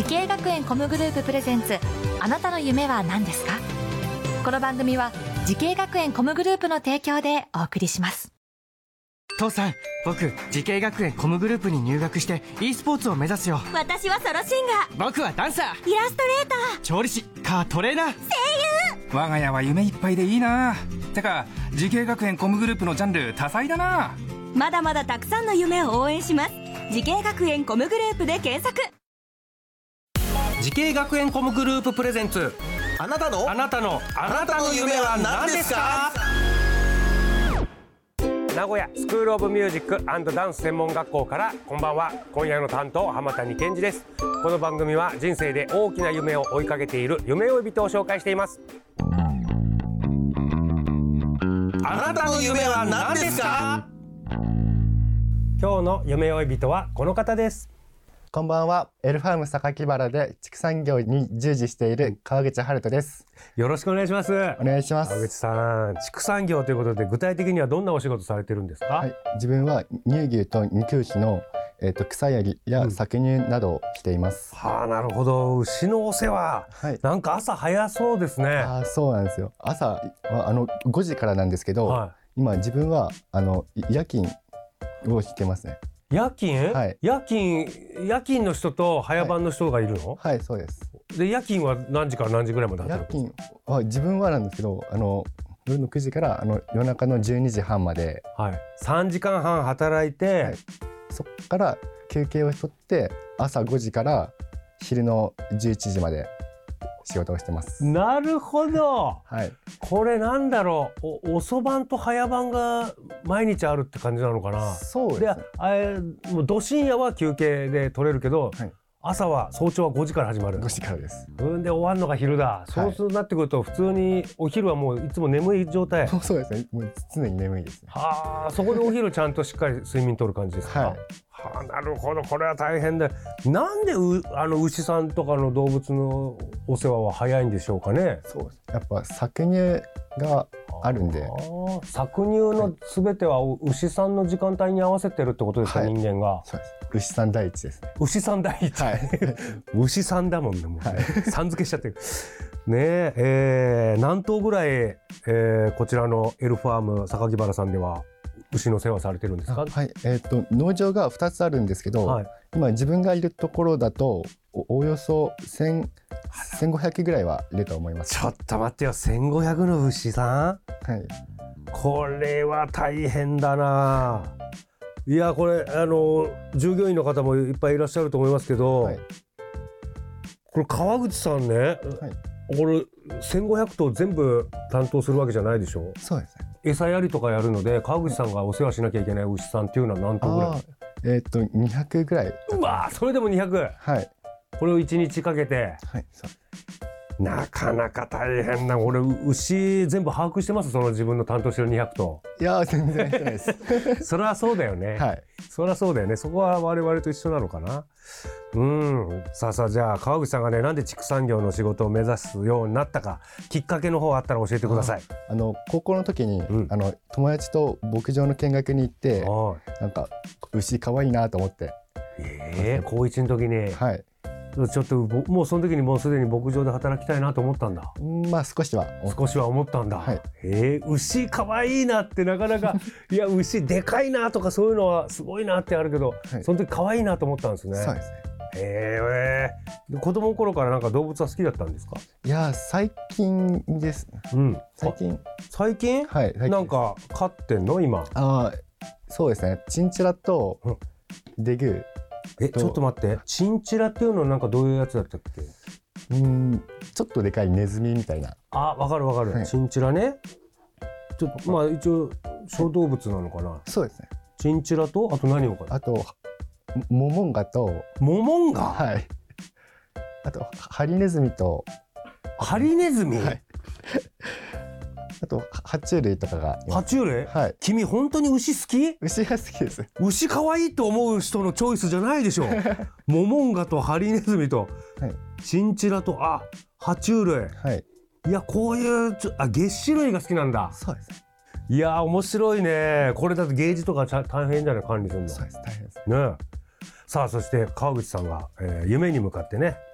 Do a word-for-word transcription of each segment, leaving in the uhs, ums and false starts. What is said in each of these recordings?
時系学園コムグループプレゼンツ、あなたの夢は何ですか？この番組は時系学園コムグループの提供でお送りします。 父さん、僕時系学園コムグループに入学して e スポーツを目指すよ。 私はソロシンガー、 僕はダンサー、 イラストレーター、 調理師、カートレーナー、声優。我が家は夢いっぱいでいいな。てか時系学園コムグループのジャンル多彩だな。 まだまだたくさんの夢を応援します。時系学園コムグループで検索。 時系学園コムグループプレゼンツ、 あなたのあなたのあなたの夢は何ですか？名古屋スクールオブミュージック&ダンス専門学校からこんばんは。今夜の担当浜谷健二です。この番組は人生で大きな夢を追いかけている夢追い人を紹介しています。 あなたの夢は何ですか？ 今日の夢追い人はこの方です。 こんばんは。エルファーム榊原で畜産業に従事している川口春人です。 よろしくお願いします。 お願いします。 川口さん、畜産業ということで具体的にはどんなお仕事されてるんですか？ はい、自分は乳牛と肉牛の、えー、と草やりや搾乳などをしています。 うん、はあ、なるほど。牛のお世話、はい、なんか朝早そうですね。 あ、そうなんですよ。朝はあのごじからなんですけど、はい、今自分はあの夜勤をしてますね。 夜勤、はい、夜勤夜勤の人と早番の人がいるの？ はい、はい、そうです。 で夜勤は何時から何時ぐらいまで働くんですか？ 夜勤は自分はなんですけど、あの夜のくじからあの夜中のじゅうにじはんまで、 はい、さんじかんはん働いて、はい、 そこから休憩を取って朝ごじから昼のじゅういちじまで仕事をしてます。 なるほど、 はい、 これなんだろう、お遅番と早番が毎日あるって感じなのかな。 そうですね。 で、あれもうど深夜は休憩で取れるけど、はい、朝は早朝はごじから始まる。 ごじからです。 うん、で終わるのが昼だ。そうするとなってくると普通にお昼はもういつも眠い状態。 そうですね。もう常に眠いですね。 はあ、そこでお昼ちゃんとしっかり睡眠取る感じですか？はい。はあ、なるほど。これは大変だ。なんでうあの牛さんとかの動物のお世話は早いんでしょうかね？ そうです。やっぱ搾乳があるんで。 搾乳のすべては牛さんの時間帯に合わせてるってことですか？はい、人間が。 そうです。牛さん第一ですね。 牛さん第一。はい、牛さんだもんね。もうね、はい、さん付けしちゃってる。ねえ、えー、何頭ぐらい、えー、こちらのエルファーム榊原さんでは牛の世話されてるんですか？ はい、えー、と農場がふたつあるんですけど、はい、今自分がいるところだと お, およそせんごひゃくぐらいはいると思います。 ちょっと待ってよ、せんごひゃくの牛さん、はい、 これは大変だな。いや、これあの従業員の方もいっぱいいらっしゃると思いますけど、はい、これ川口さんね、はい、これせんごひゃく頭全部担当するわけじゃないでしょ？ そうですね。 餌やりとかやるので川口さんがお世話しなきゃいけない牛さんっていうのは何頭ぐらい？ えー、っとにひゃくぐらい。 うわ、それでもにひゃく。 はい。 これをいちにちかけて。 はい、そう。 なかなか大変な。俺牛全部把握してます？その自分の担当してるにひゃく頭。 いや全然してないですそれはそうだよね。 はい。 それはそうだよね。そこは我々と一緒なのかな。うん。さあさあ、じゃあ川口さんがね、なんで畜産業の仕事を目指すようになったか、きっかけの方あったら教えてください。 ああの高校の時に、うん、あの友達と牧場の見学に行って、なんか牛可愛いなと思って。 えー、高いちの時に。 はい。 ちょっともうその時にもうすでに牧場で働きたいなと思ったんだ。 まあ少しは少しは思ったんだ。はい、えー、牛かわいいなってなかなかいや牛でかいなとかそういうのはすごいなってあるけど、はい、その時かわいいなと思ったんですね。 そうですね。 えー、子供の頃からなんか動物は好きだったんですか？ いや最近です、 うん、 最近最近、 はい、最近なんか飼ってんの今？ あ、そうですね。チンチラとデグー。 え、ちょっと待って、チンチラっていうのはなんかどういうやつだったっけ？ うーん、ちょっとでかいネズミみたいな。 あ、わかるわかる、はい、チンチラね。ちょっとまあ一応小動物なのかな。 そうですね。 チンチラとあと何をかな。 あとモモンガとモモンガ、 はい、あとハリネズミとハリネズミ、はい、 あと爬虫類とかが。 爬虫類？はい。君本当に牛好き？ 牛が好きです。 牛可愛いと思う人のチョイスじゃないでしょモモンガとハリネズミと、はい、チンチラとあ爬虫類、はい、いやこういうちょあげっ歯類が好きなんだ。 そうです。 いや面白いね。これだとゲージとか大変じゃない？管理するの。 そうです、大変ですね。さあそして川口さんが、えー、夢に向かってね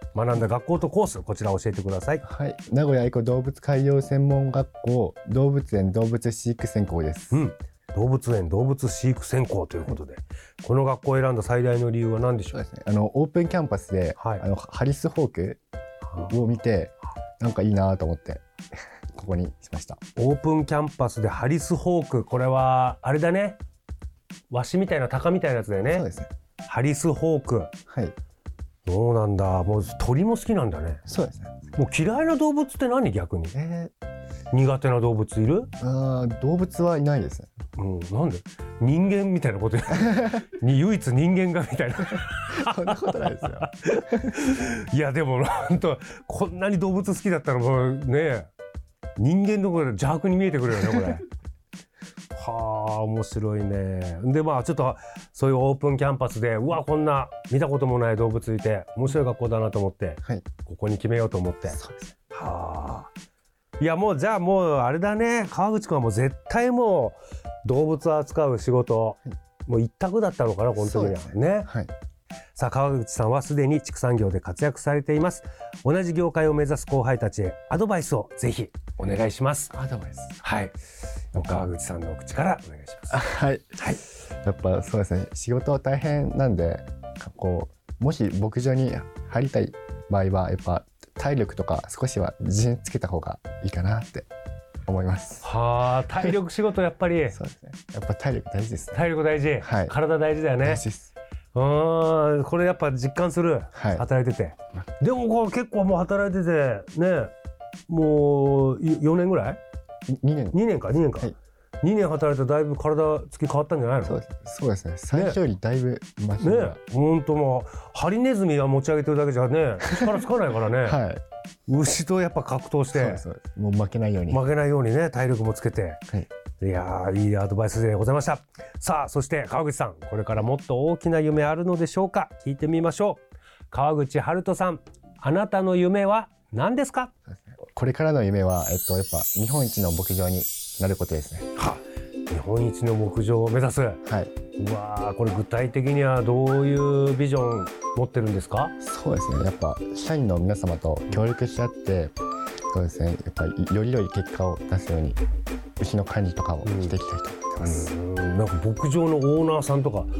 学んだ学校とコース、こちら教えてください。 はい、名古屋エコ動物海洋専門学校動物園動物飼育専攻です。 うん、動物園動物飼育専攻ということで、この学校を選んだ最大の理由は何でしょう。 そうですね、あのオープンキャンパスで、はい、あのハリスホークを見てなんかいいなと思ってここにしました。 オープンキャンパスでハリスホーク、これはあれだね、ワシみたいな鷹みたいなやつだよね。 そうですね、 ハリスホーク。 はい、 そうなんだ。もう鳥も好きなんだね。 そうですね。 もう嫌いな動物って何、逆に、えー、苦手な動物いる？ あ、動物はいないですね。 うん、なんで人間みたいなことに唯一人間がみたいなそんなことないですよいやでも本当こんなに動物好きだったらもうね、人間のこれ邪悪に見えてくるよねこれはあ、面白いね。でまあちょっとそういうオープンキャンパスで、うわこんな見たこともない動物いて面白い学校だなと思って、はい、ここに決めようと思って。そうです。はあ、いやもうじゃあもうあれだね、川口くんはもう絶対もう動物を扱う仕事、はい、もう一択だったのかなこの時にはね。はい、さあ川口さんはすでに畜産業で活躍されています。同じ業界を目指す後輩たちへアドバイスをぜひお願いします。 アドバイス、 はい、川口さんの口からお願いします。 はい、はい、やっぱそうですね、仕事は大変なんで、こうもし牧場に入りたい場合はやっぱ体力とか少しは自信つけた方がいいかなって思います。 はあ、体力仕事やっぱりそうですね、やっぱ体力大事ですね。 体力大事、はい、体大事だよね。 大事です。 うん、これやっぱ実感する、はい、働いてて。でもこう結構もう働いててね、もうよねんぐらいにねんにねんかにねんか、はい、にねん働いてだいぶ体つき変わったんじゃないの。 そうです、そうですね、最初よりだいぶマシね。ね、ほんともうハリネズミが持ち上げてるだけじゃね力つかないからね、はい、牛とやっぱ格闘して、そうです、そうです、もう負けないように負けないようにね、体力もつけて、はい、いやー、いいアドバイスでございました。さあそして川口さん、これからもっと大きな夢あるのでしょうか。聞いてみましょう。川口春人さん、あなたの夢は何ですか。 これからの夢は、えっと、やっぱ日本一の牧場になることですね。 は、日本一の牧場を目指す。はい。うわー、これ具体的にはどういうビジョン持ってるんですか。 そうですね、やっぱ社員の皆様と協力し合って、そうですね、やっぱりより良い結果を出すように牛の管理とかをしていきたいと思ってます。 うんうん、なんか牧場のオーナーさんとか、うん、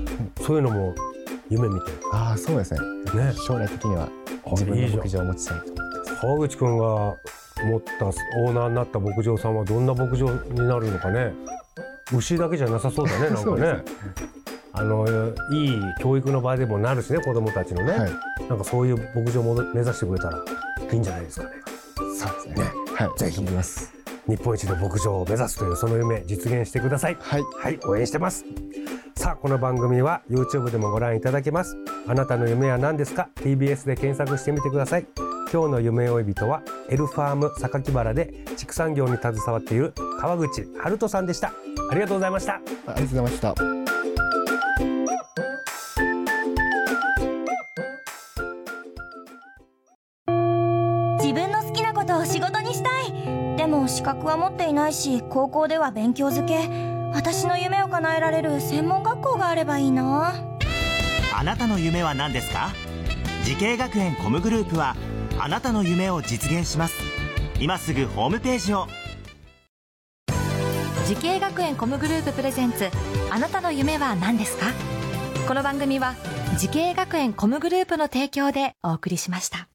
そういうのも夢見て。 ああ、そうですね。ね、将来的には自分の牧場を持ちたいと思ってます。 川口くんが持ったオーナーになった牧場さんはどんな牧場になるのかね。牛だけじゃなさそうだね、なんかね。ね、あのいい教育の場でもなるしね、子どもたちのね、はい、なんかそういう牧場も目指してくれたらいいんじゃないですかね。 そうですね。ね、はい、ぜひます。 日本一の牧場を目指すというその夢実現してください。はい、はい、応援してます。さあこの番組は YouTube でもご覧いただけます。あなたの夢は何ですか。 ティービーエス で検索してみてください。今日の夢追い人はエルファーム榊原で畜産業に携わっている川口春人さんでした。ありがとうございました。 ありがとうございました。 自分の好きなことを仕事にしたい。でも資格は持っていないし、高校では勉強づけ。私の夢を叶えられる専門学校があればいいな。 あなたの夢は何ですか。時系学園コムグループはあなたの夢を実現します。今すぐホームページを。 時系学園コムグループプレゼンツ、あなたの夢は何ですか。この番組は時系学園コムグループの提供でお送りしました。